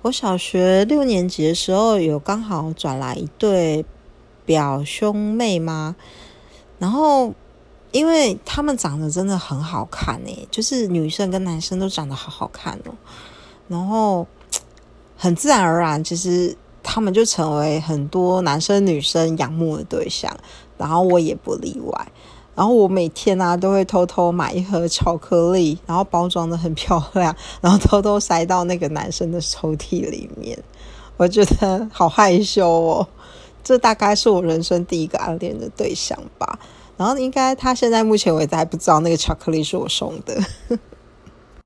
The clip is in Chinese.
我小学6年级的时候，有刚好转来一对表兄妹嘛，然后因为他们长得真的很好看就是女生跟男生都长得好好看然后很自然而然，其实他们就成为很多男生女生仰慕的对象，然后我也不例外。然后我每天都会偷偷买一盒巧克力，然后包装的很漂亮，然后偷偷塞到那个男生的抽屉里面。我觉得好害羞这大概是我人生第一个暗恋的对象吧。然后应该他现在目前为止还不知道那个巧克力是我送的。